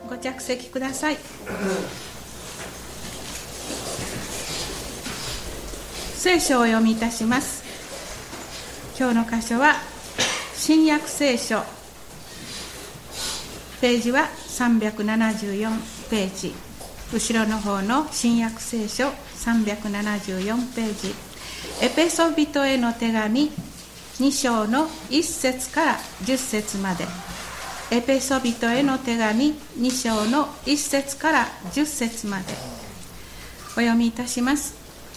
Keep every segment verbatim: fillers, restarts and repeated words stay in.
ご着席ください。聖書をお読みいたします。今日の箇所は新約聖書、ページはさんびゃくななじゅうよんページ、後ろの方の新約聖書さんびゃくななじゅうよんページ、エペソビトへの手紙に章のいっ節からじゅっ節まで。エペソビトへの手紙に章のいっ節からじゅっ節までお読みいたします。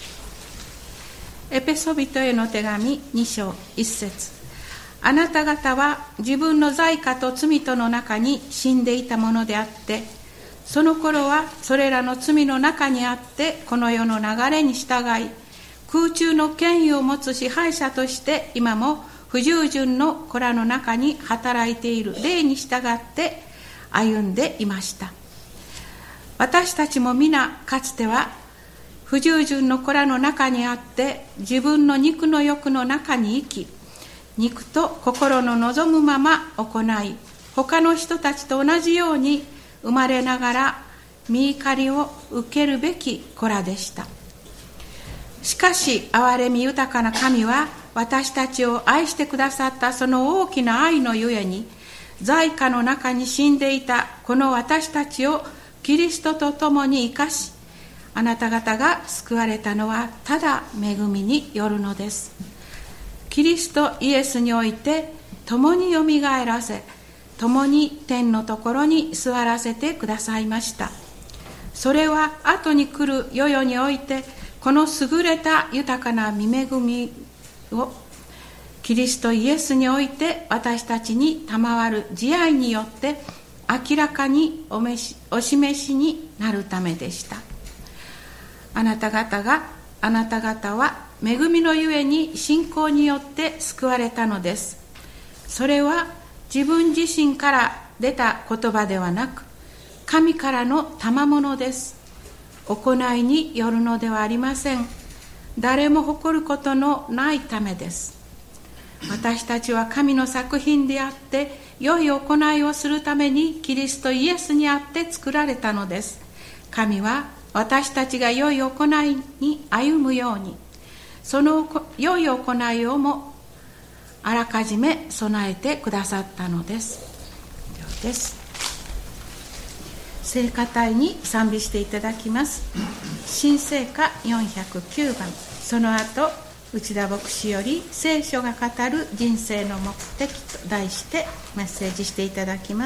エペソビトへの手紙に章いっ節。あなた方は自分の罪過と罪との中に死んでいたものであって、その頃はそれらの罪の中にあってこの世の流れに従い、空中の権威を持つ支配者として今も不従順の子らの中に働いている霊に従って歩んでいました。私たちも皆かつては不従順の子らの中にあって自分の肉の欲の中に生き、肉と心の望むまま行い、他の人たちと同じように生まれながら御怒りを受けるべき子らでした。しかし憐れみ豊かな神は私たちを愛してくださったその大きな愛のゆえに、罪過の中に死んでいたこの私たちをキリストと共に生かし、あなた方が救われたのはただ恵みによるのです。キリストイエスにおいて共によみがえらせ、共に天のところに座らせてくださいました。それは後に来る世々においてこの優れた豊かな御恵みをキリストイエスにおいて私たちに賜る慈愛によって明らかにおめしお示しになるためでした。あなた方があなた方は恵みのゆえに信仰によって救われたのです。それは自分自身から出た言葉ではなく、神からの賜物です。行いによるのではありません。誰も誇ることのないためです。私たちは神の作品であって、良い行いをするためにキリストイエスにあって作られたのです。神は私たちが良い行いに歩むように、その良い行いをもあらかじめ備えてくださったのです。以上です。聖歌隊に賛美していただきます。新聖歌よんひゃくきゅうばん、その後内田牧師より聖書が語る人生の目的と題してメッセージしていただきます。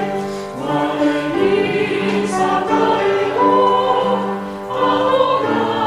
Oh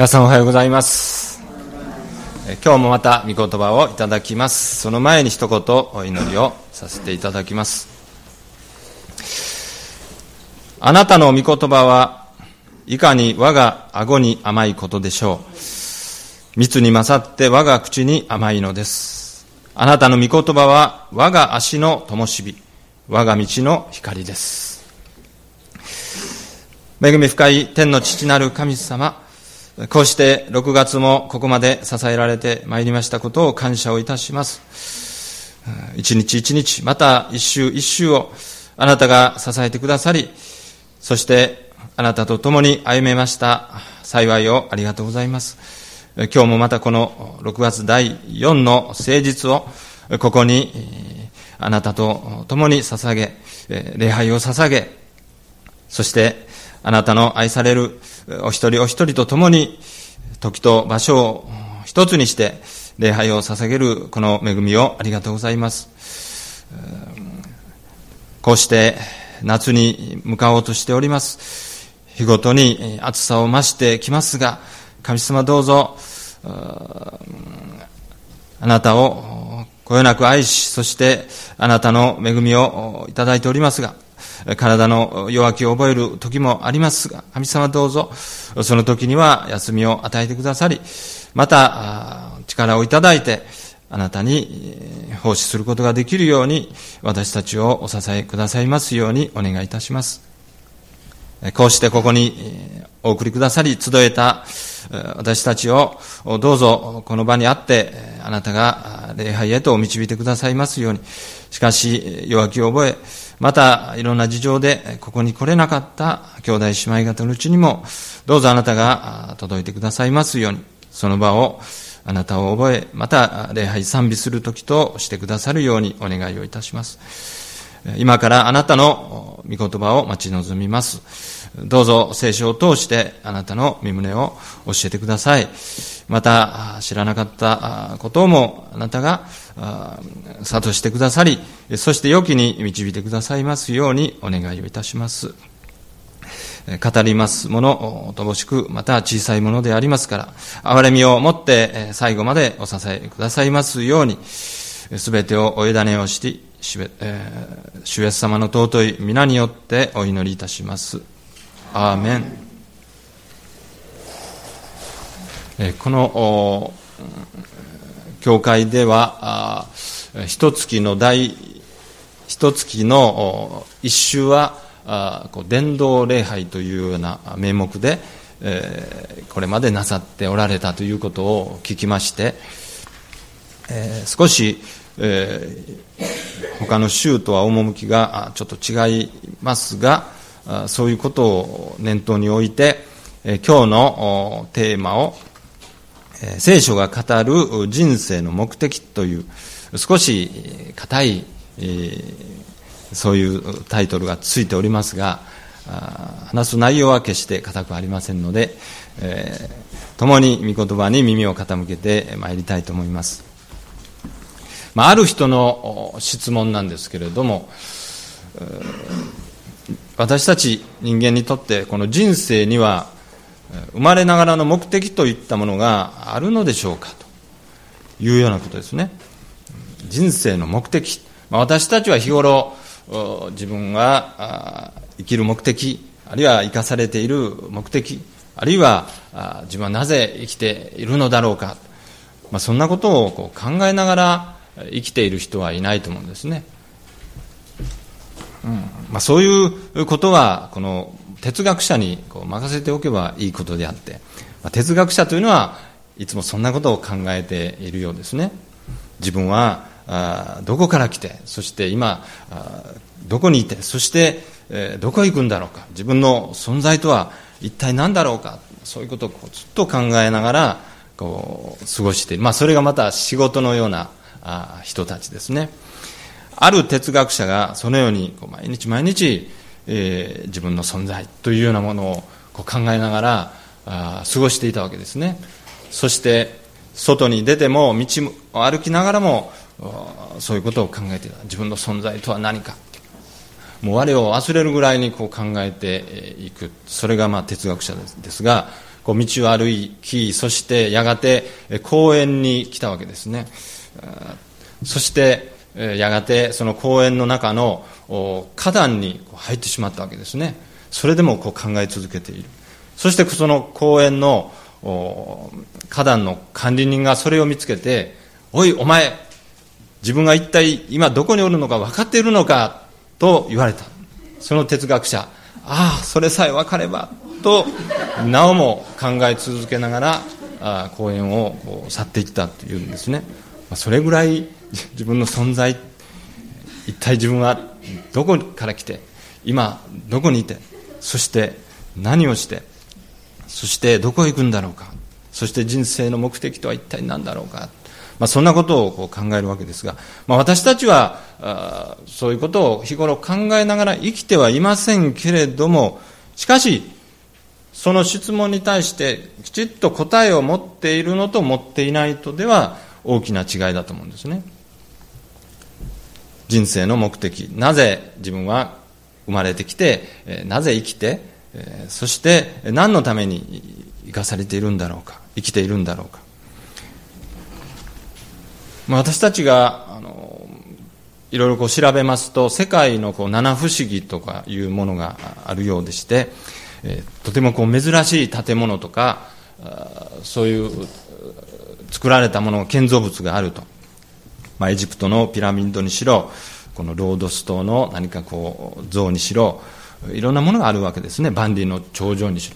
皆さんおはようございます。今日もまた御言葉をいただきます。その前に一言お祈りをさせていただきます。あなたの御言葉はいかに我が顎に甘いことでしょう。蜜に勝って我が口に甘いのです。あなたの御言葉は我が足の灯火、我が道の光です。恵み深い天の父なる神様、こうしてろくがつもここまで支えられてまいりましたことを感謝をいたします。一日一日、また一週一週をあなたが支えてくださり、そしてあなたと共に歩めました幸いをありがとうございます。今日もまたこのろくがつだいよんの聖日をここにあなたと共に捧げ、礼拝を捧げ、そしてあなたの愛されるお一人お一人と共に時と場所を一つにして礼拝を捧げるこの恵みをありがとうございます。こうして夏に向かおうとしております。日ごとに暑さを増してきますが、神様どうぞあなたをこよなく愛し、そしてあなたの恵みをいただいておりますが、体の弱気を覚える時もありますが、神様どうぞその時には休みを与えてくださり、また力をいただいてあなたに奉仕することができるように私たちをお支えくださいますようにお願いいたします。こうしてここにお送りくださり集えた私たちをどうぞこの場にあってあなたが礼拝へと導いてくださいますように。しかし弱気を覚え、またいろんな事情でここに来れなかった兄弟姉妹方のうちにもどうぞあなたが届いてくださいますように、その場をあなたを覚え、また礼拝賛美する時としてくださるようにお願いをいたします。今からあなたの御言葉を待ち望みます。どうぞ聖書を通してあなたの御胸を教えてください。また知らなかったこともあなたが諭してくださり、そして良きに導いてくださいますようにお願いをいたします。語りますもの乏しく、また小さいものでありますから、憐れみをもって最後までお支えくださいますように、すべてをお委ねをして、主イエス様の尊い皆によってお祈りいたします。アーメン。この教会では一月の第一月の一週は伝道礼拝というような名目でこれまでなさっておられたということを聞きまして、少し他の州とは趣がちょっと違いますが、そういうことを念頭に置いて今日のテーマを聖書が語る人生の目的という少し固いそういうタイトルがついておりますが、話す内容は決して固くありませんので、共に御言葉に耳を傾けてまいりたいと思います。まあ、ある人の質問なんですけれども、私たち人間にとってこの人生には生まれながらの目的といったものがあるのでしょうかというようなことですね。人生の目的、まあ、私たちは日頃自分が生きる目的、あるいは生かされている目的、あるいは自分はなぜ生きているのだろうか、まあ、そんなことをこう考えながら生きている人はいないと思うんですね。うんまあ、そういうことはこの哲学者にこう任せておけばいいことであって、まあ、哲学者というのはいつもそんなことを考えているようですね。自分はあどこから来て、そして今あどこにいて、そして、えー、どこへ行くんだろうか、自分の存在とは一体何だろうか、そういうことをこうずっと考えながらこう過ごしている、まあ、それがまた仕事のようなあ人たちですね。ある哲学者がそのようにこう毎日毎日、えー、自分の存在というようなものをこう考えながらあ過ごしていたわけですね。そして外に出ても道を歩きながらもそういうことを考えていた。自分の存在とは何か、もう我を忘れるぐらいにこう考えていく。それがまあ哲学者ですが、 こう道を歩き、そしてやがて公園に来たわけですね。そしてやがてその公園の中の花壇に入ってしまったわけですね。それでもこう考え続けている。そしてその公園の花壇の管理人がそれを見つけて、おいお前、自分が一体今どこにおるのか分かっているのかと言われた。その哲学者、ああそれさえ分かればとなおも考え続けながらあ公園をこう去っていったというんですね。それぐらい自分の存在、一体自分はどこから来て、今どこにいて、そして何をして、そしてどこへ行くんだろうか、そして人生の目的とは一体何だろうか、まあ、そんなことをこう考えるわけですが、まあ、私たちはあそういうことを日頃考えながら生きてはいませんけれども、しかしその質問に対してきちっと答えを持っているのと持っていないとでは大きな違いだと思うんですね。人生の目的、なぜ自分は生まれてきて、なぜ生きて、そして何のために生かされているんだろうか、生きているんだろうか。私たちがあのいろいろこう調べますと、世界のこう七不思議とかいうものがあるようでして、えー、とてもこう珍しい建物とか、そういう作られたもの、建造物があると。まあ、エジプトのピラミッドにしろ、このロードス島の何かこう像にしろ、いろんなものがあるわけですね。万里の長城にし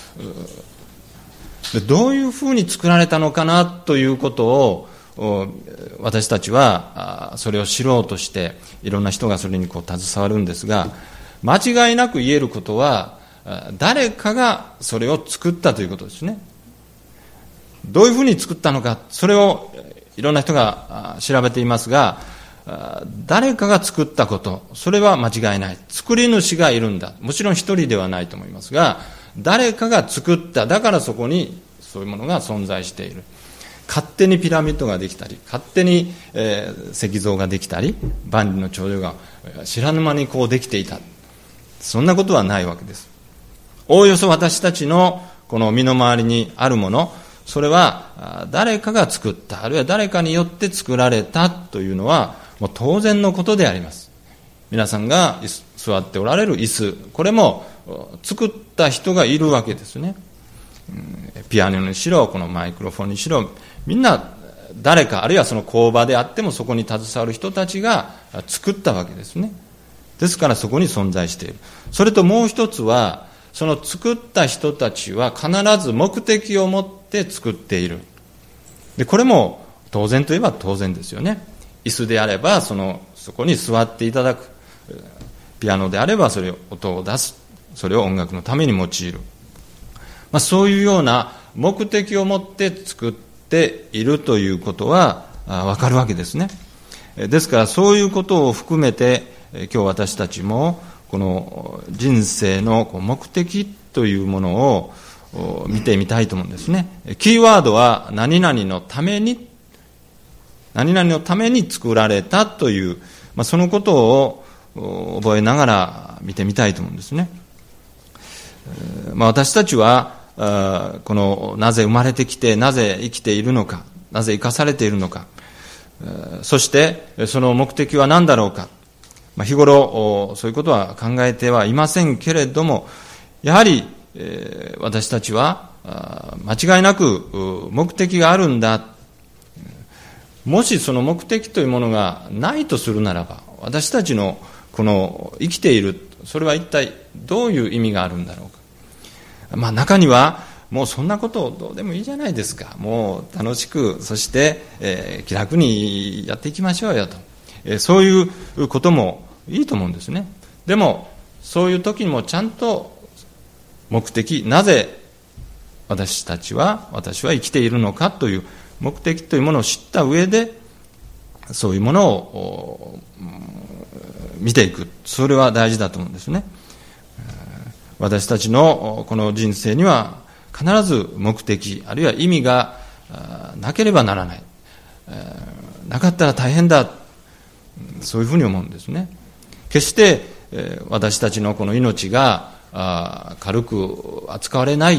ろ。どういうふうに作られたのかなということを私たちはそれを知ろうとして、いろんな人がそれにこう携わるんですが、間違いなく言えることは、誰かがそれを作ったということですね。どういうふうに作ったのか、それをいろんな人が調べていますが、誰かが作ったこと、それは間違いない。作り主がいるんだ。もちろん一人ではないと思いますが、誰かが作った。だからそこにそういうものが存在している。勝手にピラミッドができたり、勝手に、えー、石像ができたり、万里の長城が知らぬ間にこうできていた。そんなことはないわけです。おおよそ私たちのこの身の回りにあるもの、それは誰かが作った、あるいは誰かによって作られたというのはもう当然のことであります。皆さんが座っておられる椅子、これも作った人がいるわけですね。ピアノにしろ、このマイクロフォンにしろ、みんな誰か、あるいはその工場であってもそこに携わる人たちが作ったわけですね。ですからそこに存在している。それともう一つは、その作った人たちは必ず目的を持って作っている。で、これも当然といえば当然ですよね。椅子であればそのそこに座っていただく。ピアノであればそれを音を出す。それを音楽のために用いる。まあ、そういうような目的を持って作っているということはわかるわけですね。ですからそういうことを含めて今日私たちもこの人生の目的というものを見てみたいと思うんですね。キーワードは何々のために、何々のために作られたという、まあ、そのことを覚えながら見てみたいと思うんですね。まあ、私たちはこのなぜ生まれてきて、なぜ生きているのか、なぜ生かされているのか、そしてその目的は何だろうか、まあ、日頃そういうことは考えてはいませんけれども、やはり私たちは間違いなく目的があるんだ。もしその目的というものがないとするならば、私たちのこの生きている、それは一体どういう意味があるんだろうか。まあ、中にはもうそんなことどうでもいいじゃないですか、もう楽しく、そして、えー、気楽にやっていきましょうよと、えー、そういうこともいいと思うんですね。でもそういう時にもちゃんと目的、なぜ私たちは私は生きているのかという目的というものを知った上で、そういうものを見ていく、それは大事だと思うんですね。私たちのこの人生には必ず目的、あるいは意味がなければならない。なかったら大変だ。そういうふうに思うんですね。決して私たちのこの命が軽く扱われないように、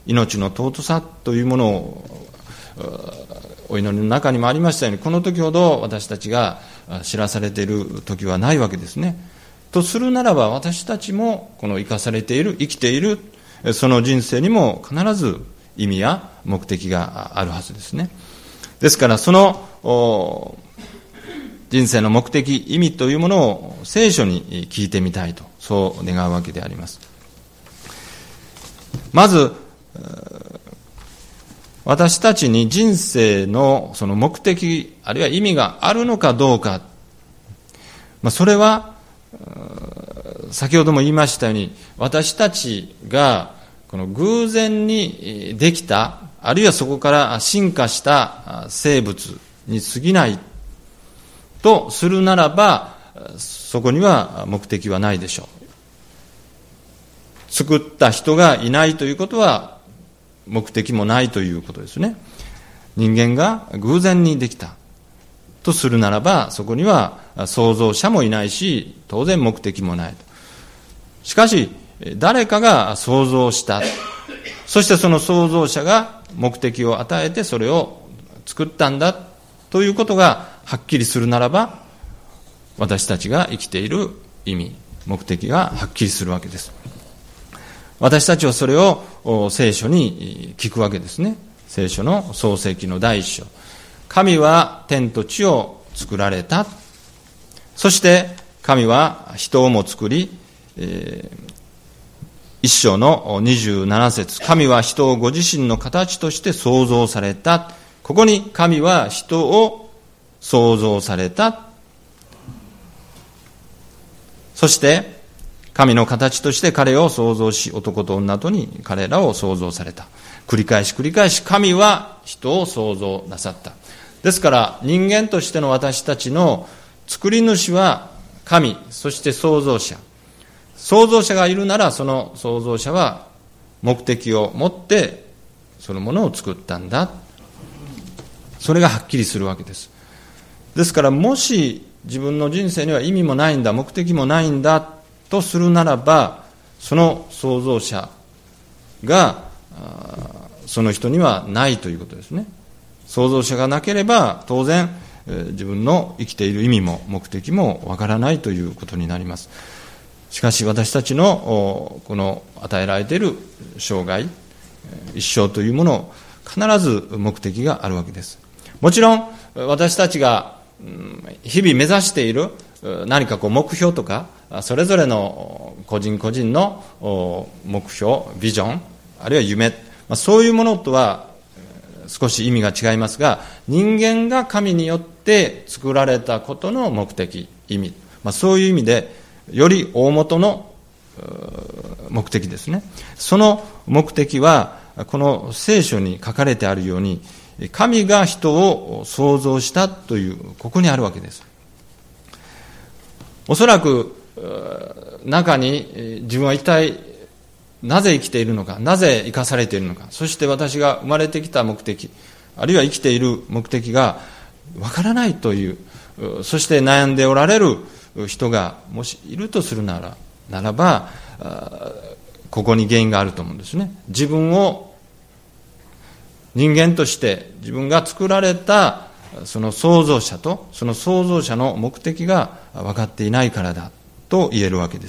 命の尊さというものをお祈りの中にもありましたように、この時ほど私たちが知らされている時はないわけですね。とするならば、私たちもこの生かされている、生きているその人生にも必ず意味や目的があるはずですね。ですから、その人生の目的、意味というものを聖書に聞いてみたいと、そう願うわけであります。まず、私たちに人生のその目的、あるいは意味があるのかどうか、まあ、それは先ほども言いましたように、私たちがこの偶然にできた、あるいはそこから進化した生物に過ぎないとするならば、そこには目的はないでしょう。作った人がいないということは目的もないということですね。人間が偶然にできたとするならば、そこには創造者もいないし、当然目的もない。しかし、誰かが創造した。そしてその創造者が目的を与えてそれを作ったんだということがはっきりするならば、私たちが生きている意味、目的がはっきりするわけです。私たちはそれを聖書に聞くわけですね。聖書の創世記の第一章。神は天と地を作られた。そして神は人をも作り、えー、一章のにじゅうなな節、神は人をご自身の形として創造された。ここに神は人を創造された。そして神の形として彼を創造し、男と女とに彼らを創造された。繰り返し繰り返し神は人を創造なさった。ですから人間としての私たちの作り主は神、そして創造者。創造者がいるなら、その創造者は目的を持ってそのものを作ったんだ。それがはっきりするわけです。ですから、もし自分の人生には意味もないんだ、目的もないんだとするならば、その創造者がその人にはないということですね。創造者がなければ当然自分の生きている意味も目的もわからないということになります。しかし私たちのこの与えられている生涯、一生というものを必ず目的があるわけです。もちろん私たちが日々目指している何かこう目標とか、それぞれの個人個人の目標、ビジョン、あるいは夢、そういうものとは少し意味が違いますが、人間が神によって作られたことの目的、意味、そういう意味でより大元の目的ですね。その目的はこの聖書に書かれてあるように、神が人を創造したという、ここにあるわけです。おそらく中に自分は一体なぜ生きているのか、なぜ生かされているのか、そして私が生まれてきた目的、あるいは生きている目的がわからないという、そして悩んでおられる人がもしいるとするならならば、ここに原因があると思うんですね。自分を人間として自分が作られたその創造者とその創造者の目的が分かっていないからだと言えるわけです。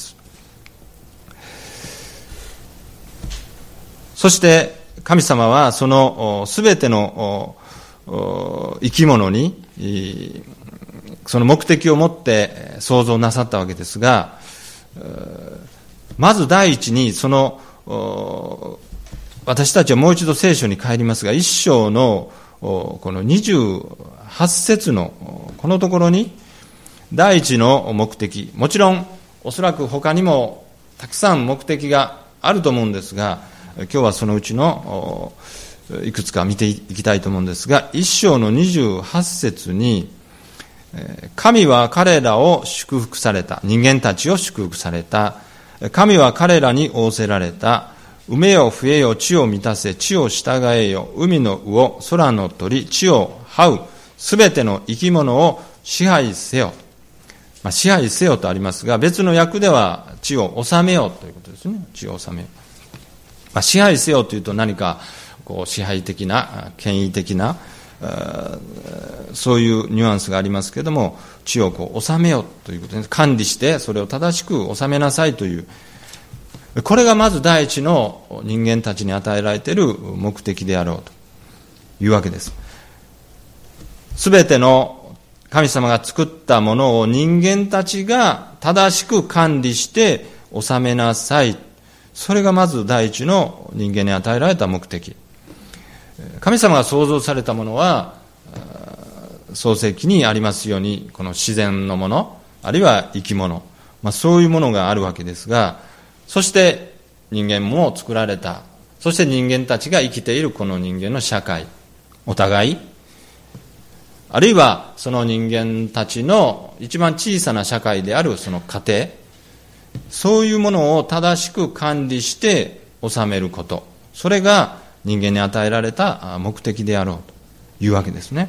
そして神様はそのすべての生き物にその目的を持って創造なさったわけですが、まず第一にその私たちはもう一度聖書に帰りますが、一章のこのにじゅうはち節のこのところに第一の目的、もちろんおそらく他にもたくさん目的があると思うんですが、今日はそのうちのいくつか見ていきたいと思うんですが、一章のにじゅうはち節に、神は彼らを祝福された、人間たちを祝福された、神は彼らに仰せられた、埋めよ増えよ地を満たせ、地を従えよ、海の魚、空の鳥、地を這うすべての生き物を支配せよ、まあ、支配せよとありますが、別の訳では地を治めよということですね。地を治めよ。 まあ、支配せよというと何かこう支配的な権威的なそういうニュアンスがありますけれども、地をこう治めよということです。管理してそれを正しく治めなさいという、これがまず第一の人間たちに与えられている目的であろうというわけです。すべての神様が作ったものを人間たちが正しく管理して治めなさい。それがまず第一の人間に与えられた目的。神様が創造されたものは、創世記にありますように、この自然のもの、あるいは生き物、まあ、そういうものがあるわけですが、そして人間も作られた。そして人間たちが生きているこの人間の社会、お互い、あるいはその人間たちの一番小さな社会であるその家庭、そういうものを正しく管理して治めること、それが人間に与えられた目的であろうというわけですね。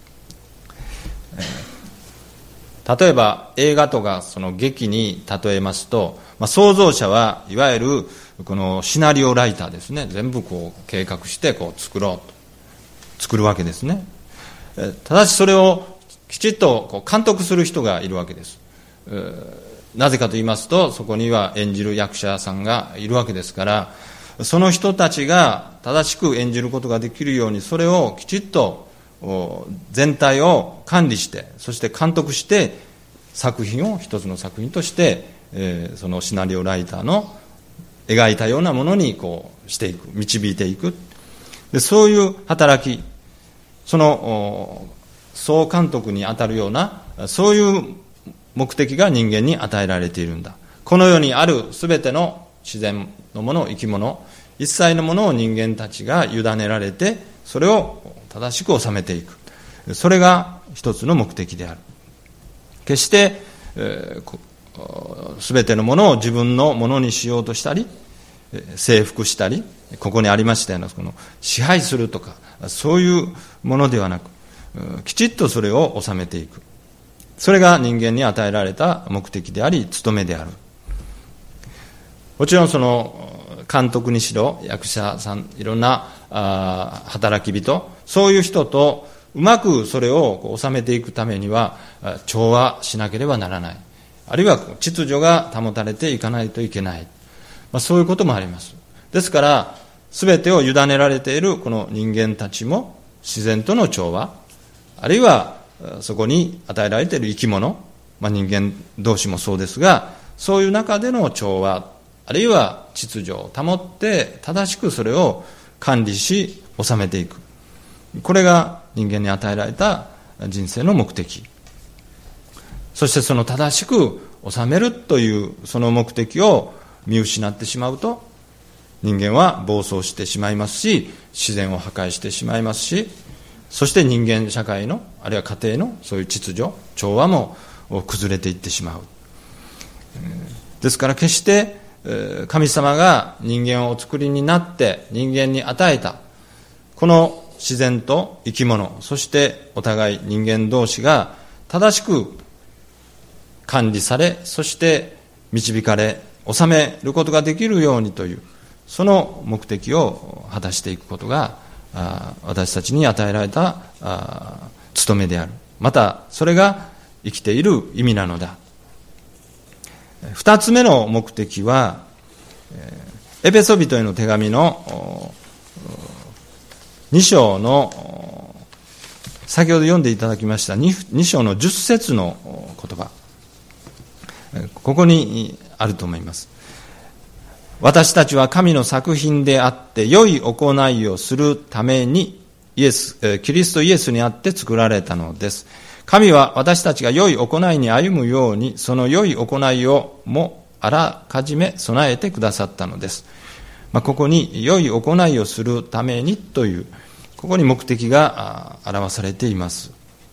例えば映画とかその劇に例えますと、まあ、創造者はいわゆるこのシナリオライターですね。全部こう計画してこう作ろうと作るわけですね。ただしそれをきちっとこう監督する人がいるわけです。なぜかと言いますと、そこには演じる役者さんがいるわけですから、その人たちが正しく演じることができるように、それをきちっと全体を管理して、そして監督して作品を一つの作品として、えー、そのシナリオライターの描いたようなものにこうしていく、導いていく。で、そういう働き、その総監督に当たるような、そういう目的が人間に与えられているんだ。この世にあるすべての自然のもの、生き物、一切のものを人間たちが委ねられて、それを正しく治めていく。それが一つの目的である。決して、えー、すべてのものを自分のものにしようとしたり、征服したり、ここにありましたような、この支配するとか、そういうものではなく、きちっとそれを治めていく。それが人間に与えられた目的であり、務めである。もちろんその監督にしろ、役者さん、いろんなあ働き人、そういう人とうまくそれを収めていくためには調和しなければならない。あるいは秩序が保たれていかないといけない。まあ、そういうこともあります。ですから、すべてを委ねられているこの人間たちも自然との調和、あるいはそこに与えられている生き物、まあ、人間同士もそうですが、そういう中での調和、あるいは秩序を保って正しくそれを管理し収めていく。これが人間に与えられた人生の目的。そしてその正しく収めるというその目的を見失ってしまうと、人間は暴走してしまいますし、自然を破壊してしまいますし、そして人間社会のあるいは家庭のそういう秩序、調和も崩れていってしまう。ですから決して神様が人間をお作りになって人間に与えたこの自然と生き物、そしてお互い人間同士が正しく管理され、そして導かれ収めることができるようにという、その目的を果たしていくことが私たちに与えられた務めである。またそれが生きている意味なのだ。二つ目の目的は、エペソビトへの手紙のに章の先ほど読んでいただきました 2, に章のじゅっ節の言葉、ここにあると思います。私たちは神の作品であって良い行いをするためにイエス、キリストイエスにあって作られたのです。神は私たちが良い行いに歩むように、その良い行いをもあらかじめ備えてくださったのです。まあ、ここに良い行いをするためにという、ここに目的が表されています。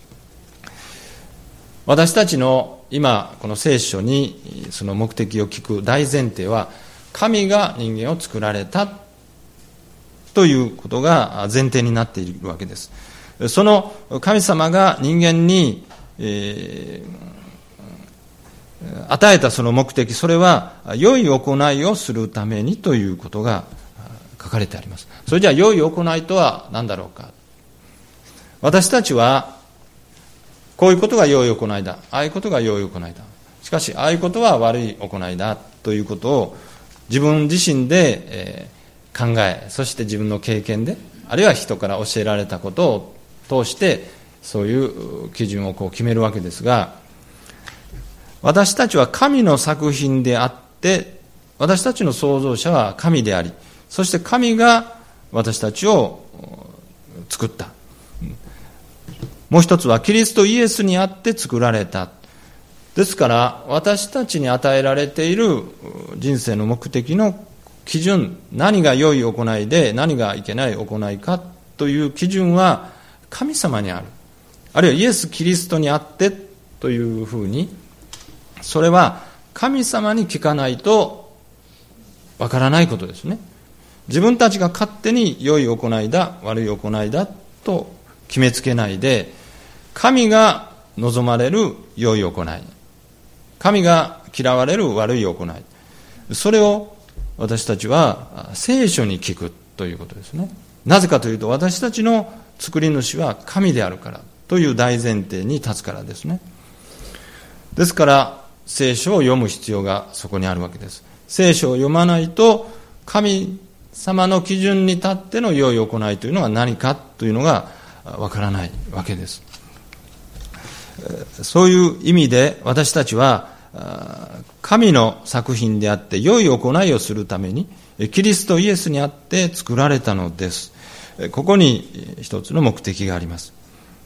私たちの今この聖書にその目的を聞く大前提は、神が人間を作られたということが前提になっているわけです。その神様が人間に、えー、与えたその目的、それは良い行いをするためにということが書かれてあります。それじゃあ良い行いとは何だろうか。私たちはこういうことが良い行いだ、ああいうことが良い行いだ、しかしああいうことは悪い行いだということを自分自身で、えー、考え、そして自分の経験で、あるいは人から教えられたことを通してそういう基準をこう決めるわけですが、私たちは神の作品であって、私たちの創造者は神であり、そして神が私たちを作った。もう一つはキリストイエスにあって作られた。ですから私たちに与えられている人生の目的の基準、何が良い行いで何がいけない行いかという基準は神様にある。あるいはイエス・キリストにあってというふうに、それは神様に聞かないとわからないことですね。自分たちが勝手に良い行いだ、悪い行いだと決めつけないで、神が望まれる良い行い、神が嫌われる悪い行い、それを私たちは聖書に聞くということですね。なぜかというと、私たちの作り主は神であるからという大前提に立つからですね。ですから聖書を読む必要がそこにあるわけです。聖書を読まないと神様の基準に立っての良い行いというのは何かというのがわからないわけです。そういう意味で私たちは神の作品であって良い行いをするためにキリストイエスにあって作られたのです。ここに一つの目的があります。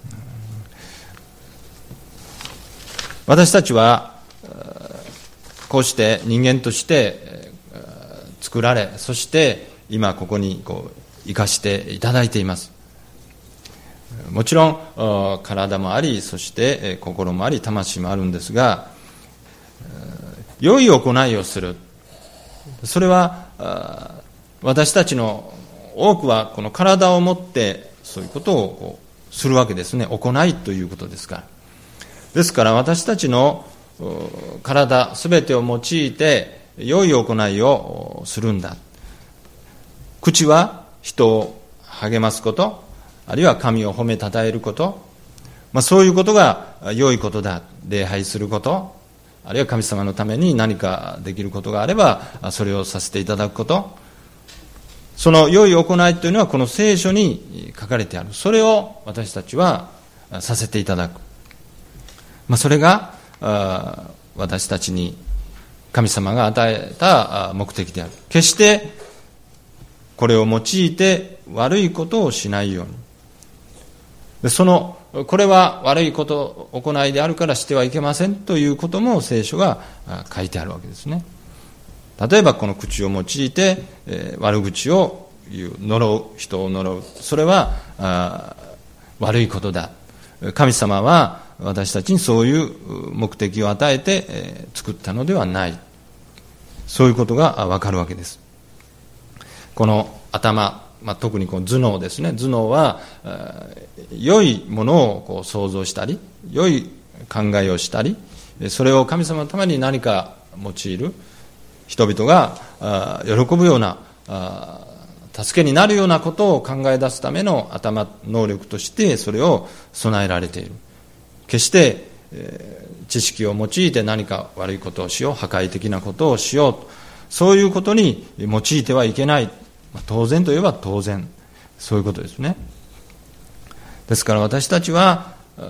私たちはこうして人間として作られ、そして今ここにこう生かしていただいています。もちろん体もあり、そして心もあり、魂もあるんですが、良い行いをする、それは私たちの多くはこの体を持ってそういうことをこうするわけですね。行いということですから。ですから私たちの体すべてを用いて良い行いをするんだ。口は人を励ますこと、あるいは神を褒めたたえること、まあ、そういうことが良いことだ。礼拝すること、あるいは神様のために何かできることがあればそれをさせていただくこと、その良い行いというのはこの聖書に書かれてある。それを私たちはさせていただく。まあ、それが私たちに神様が与えた目的である。決してこれを用いて悪いことをしないように。でそのこれは悪いこと行いであるからしてはいけませんということも聖書が書いてあるわけですね。例えばこの口を用いて、えー、悪口を言う、呪う、人を呪う、それはあ悪いことだ。神様は私たちにそういう目的を与えて、えー、作ったのではない。そういうことがわかるわけです。この頭、まあ、特にこの頭脳ですね。頭脳は良いものをこう想像したり、良い考えをしたり、それを神様のために何か用いる、人々が喜ぶような、助けになるようなことを考え出すための頭能力としてそれを備えられている。決して、えー、知識を用いて何か悪いことをしよう、破壊的なことをしようと、そういうことに用いてはいけない。当然といえば当然、そういうことですね。ですから私たちは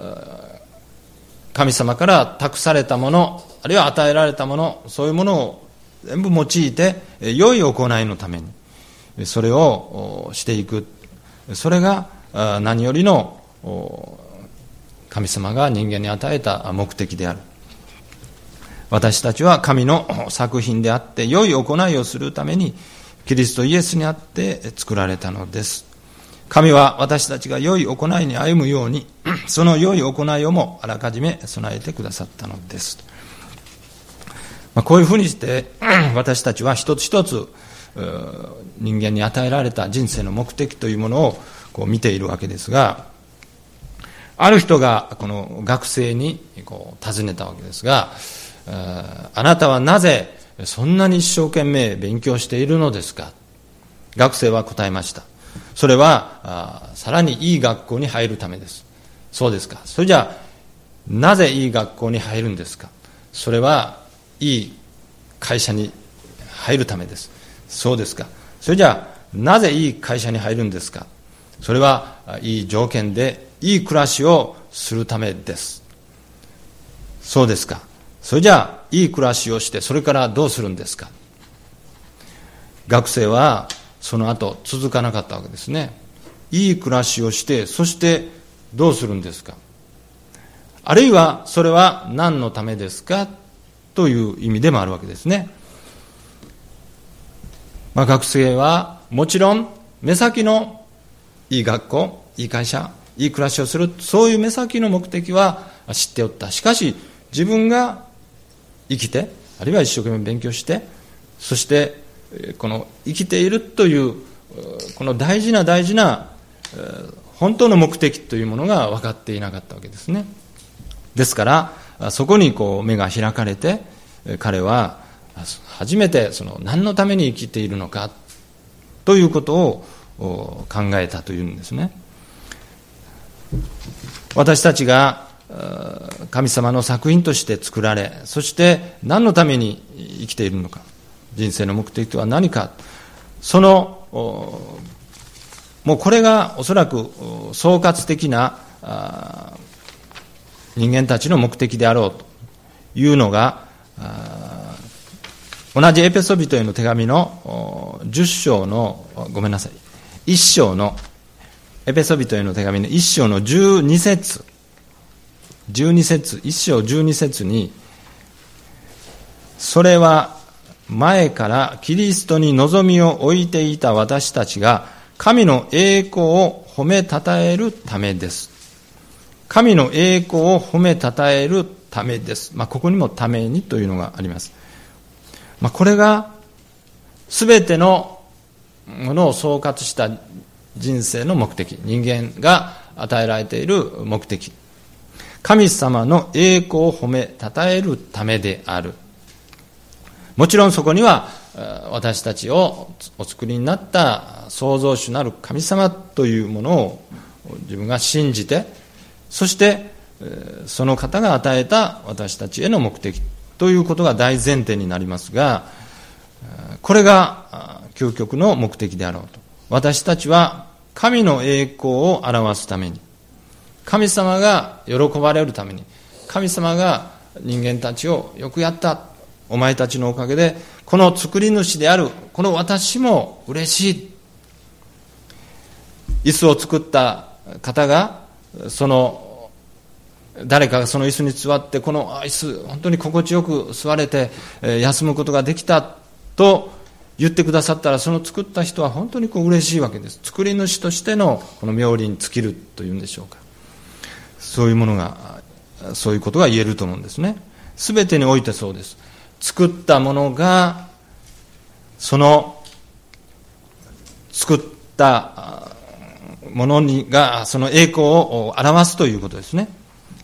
神様から託されたもの、あるいは与えられたもの、そういうものを全部用いて良い行いのためにそれをしていく。それが何よりの神様が人間に与えた目的である。私たちは神の作品であって良い行いをするためにキリストイエスにあって作られたのです。神は私たちが良い行いに歩むようにその良い行いをもあらかじめ備えてくださったのです。まあ、こういうふうにして私たちは一つ一つ人間に与えられた人生の目的というものをこう見ているわけですが、ある人がこの学生にこう尋ねたわけですが、あなたはなぜそんなに一生懸命勉強しているのですか。 学生は答えました。それはさらにいい学校に入るためです。そうですか。それじゃあなぜいい学校に入るんですか。それはいい会社に入るためです。そうですか。それじゃあなぜいい会社に入るんですか。それはいい条件でいい暮らしをするためです。そうですか。それじゃあいい暮らしをしてそれからどうするんですか。学生はその後続かなかったわけですね。いい暮らしをしてそしてどうするんですか。あるいはそれは何のためですかという意味でもあるわけですね。まあ、学生はもちろん目先のいい学校、いい会社、いい暮らしをする、そういう目先の目的は知っておった。しかし自分が生きて、あるいは一生懸命勉強して、そしてこの生きているというこの大事な大事な本当の目的というものが分かっていなかったわけですね。ですからそこにこう目が開かれて、彼は初めてその何のために生きているのかということを考えたというんですね。私たちが神様の作品として作られ、そして何のために生きているのか、人生の目的とは何か、そのもうこれがおそらく総括的な人間たちの目的であろうというのが、同じエペソビトへの手紙のじゅっ章のごめんなさいいっ章のエペソビトへの手紙のいっ章のじゅうに節じゅうに節いっ章じゅうに節に、それは前からキリストに望みを置いていた私たちが神の栄光を褒めたたえるためです。神の栄光を褒めたたえるためです。まあ、ここにもためにというのがあります。まあ、これがすべてのものを総括した人生の目的、人間が与えられている目的、神様の栄光を褒めたたえるためである。もちろんそこには私たちをお作りになった創造主なる神様というものを自分が信じて、そしてその方が与えた私たちへの目的ということが大前提になりますが、これが究極の目的であろうと。私たちは神の栄光を表すために、神様が喜ばれるために、神様が人間たちをよくやった、お前たちのおかげでこの作り主であるこの私も嬉しい。椅子を作った方が、その誰かがその椅子に座って、この椅子本当に心地よく座れて休むことができたと言ってくださったら、その作った人は本当にこう嬉しいわけです。作り主としてのこの妙理に尽きるというんでしょうか。そういうものが、そういうことが言えると思うんですね。すべてにおいてそうです。作ったものがその作ったものにがその栄光を表すということですね。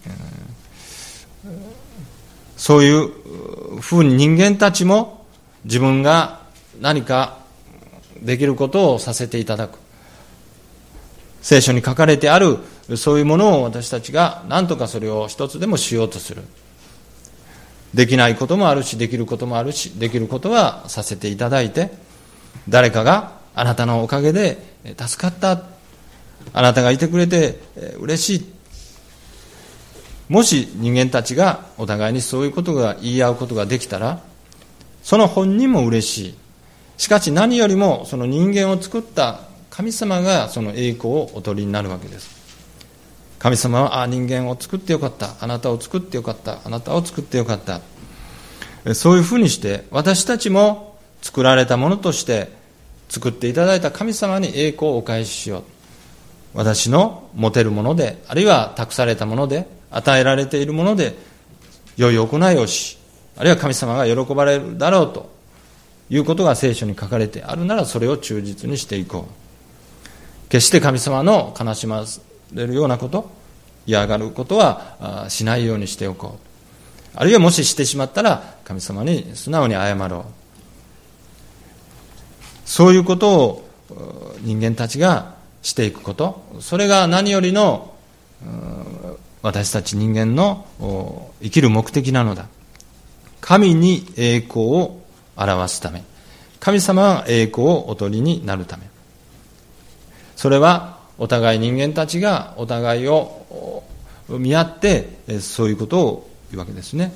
そういうふうに人間たちも自分が何かできることをさせていただく。聖書に書かれてあるそういうものを私たちが何とかそれを一つでもしようとする。できないこともあるし、できることもあるし、できることはさせていただいて、誰かがあなたのおかげで助かった、あなたがいてくれて嬉しい。もし人間たちがお互いにそういうことが言い合うことができたら、その本人も嬉しい。しかし何よりもその人間を作った神様がその栄光をお取りになるわけです。神様は、あ、人間を作ってよかった、あなたを作ってよかった、あなたを作ってよかった。そういうふうにして私たちも作られたものとして作っていただいた神様に栄光をお返ししよう。私の持てるもので、あるいは託されたもので、与えられているもので良い行いをし、あるいは神様が喜ばれるだろうということが聖書に書かれてあるなら、それを忠実にしていこう。決して神様の悲しまれるようなこと、嫌がることはしないようにしておこう。あるいはもししてしまったら神様に素直に謝ろう。そういうこと人間たちがしていくこと、それが何よりの私たち人間の生きる目的なのだ。神に栄光を表すため、神様が栄光をお取りになるため、それはお互い人間たちがお互いを見合ってそういうことを言うわけですね。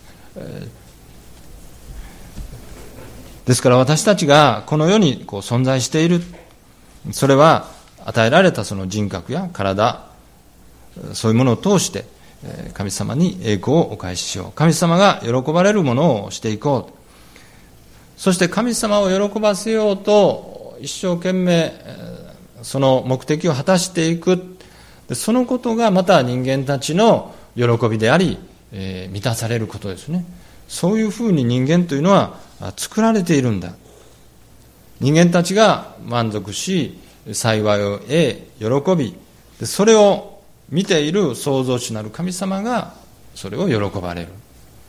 ですから私たちがこの世にこう存在している、それは与えられたその人格や体、そういうものを通して神様に栄光をお返ししよう。神様が喜ばれるものをしていこう。そして神様を喜ばせようと一生懸命その目的を果たしていく。そのことがまた人間たちの喜びであり、えー、満たされることですね。そういうふうに人間というのは作られているんだ。人間たちが満足し、幸いを得、喜び、それを見ている創造主なる神様がそれを喜ばれる。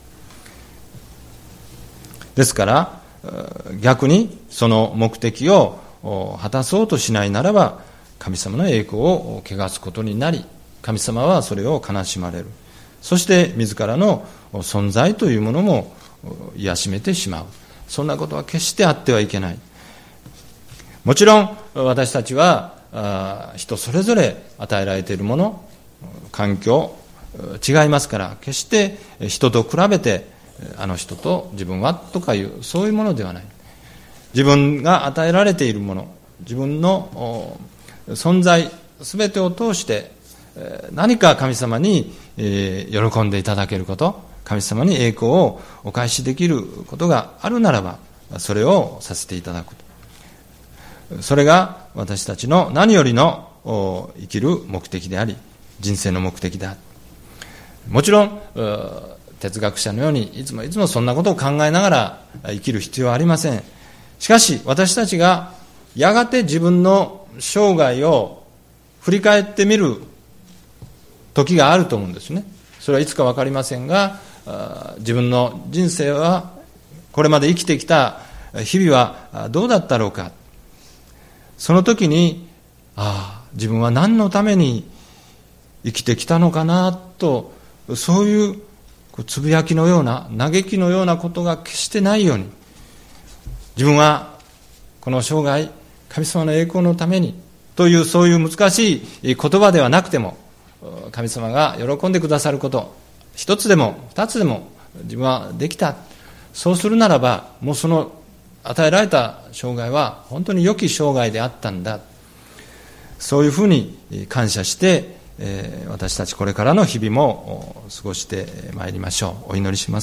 ですから逆にその目的を果たそうとしないならば、神様の栄光を汚すことになり、神様はそれを悲しまれる。そして自らの存在というものも癒しめてしまう。そんなことは決してあってはいけない。もちろん私たちは人それぞれ与えられているもの、環境違いますから、決して人と比べてあの人と自分はとかいうそういうものではない。自分が与えられているもの、自分の存在すべてを通して何か神様に喜んでいただけること、神様に栄光をお返しできることがあるならば、それをさせていただくと。それが私たちの何よりの生きる目的であり、人生の目的である。もちろん哲学者のようにいつもいつもそんなことを考えながら生きる必要はありません。しかし私たちがやがて自分の生涯を振り返ってみる時があると思うんですね。それはいつか分かりませんが、自分の人生はこれまで生きてきた日々はどうだったろうか。その時に、ああ自分は何のために生きてきたのかなと、そういうつぶやきのような嘆きのようなことが決してないように、自分はこの生涯神様の栄光のためにという、そういう難しい言葉ではなくても、神様が喜んでくださること一つでも二つでも自分はできた。そうするならば、もうその与えられた生涯は本当に良き生涯であったんだ。そういうふうに感謝して、えー、私たちこれからの日々も過ごしてまいりましょう。お祈りします。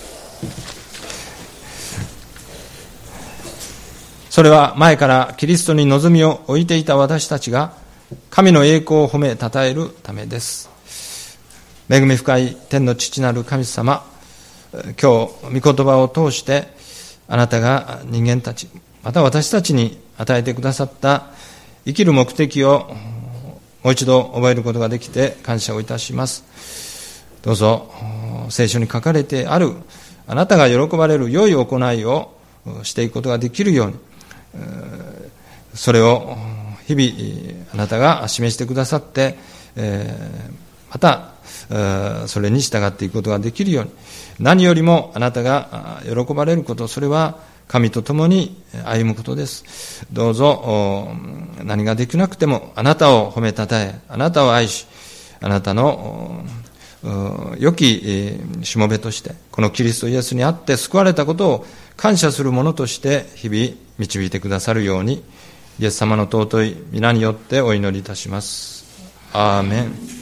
それは前からキリストに望みを置いていた私たちが神の栄光を褒めたたえるためです。恵み深い天の父なる神様、今日御言葉を通してあなたが人間たち、また私たちに与えてくださった生きる目的をもう一度覚えることができて感謝をいたします。どうぞ聖書に書かれてあるあなたが喜ばれる良い行いをしていくことができるように、それを日々あなたが示してくださって、またそれに従っていくことができるように、何よりもあなたが喜ばれること、それは神と共に歩むことです。どうぞ何ができなくてもあなたを褒めたたえ、あなたを愛し、あなたの良きしもべとしてこのキリストイエスにあって救われたことを感謝するものとして日々導いてくださるように、イエス様の尊い皆によってお祈りいたします。アーメン。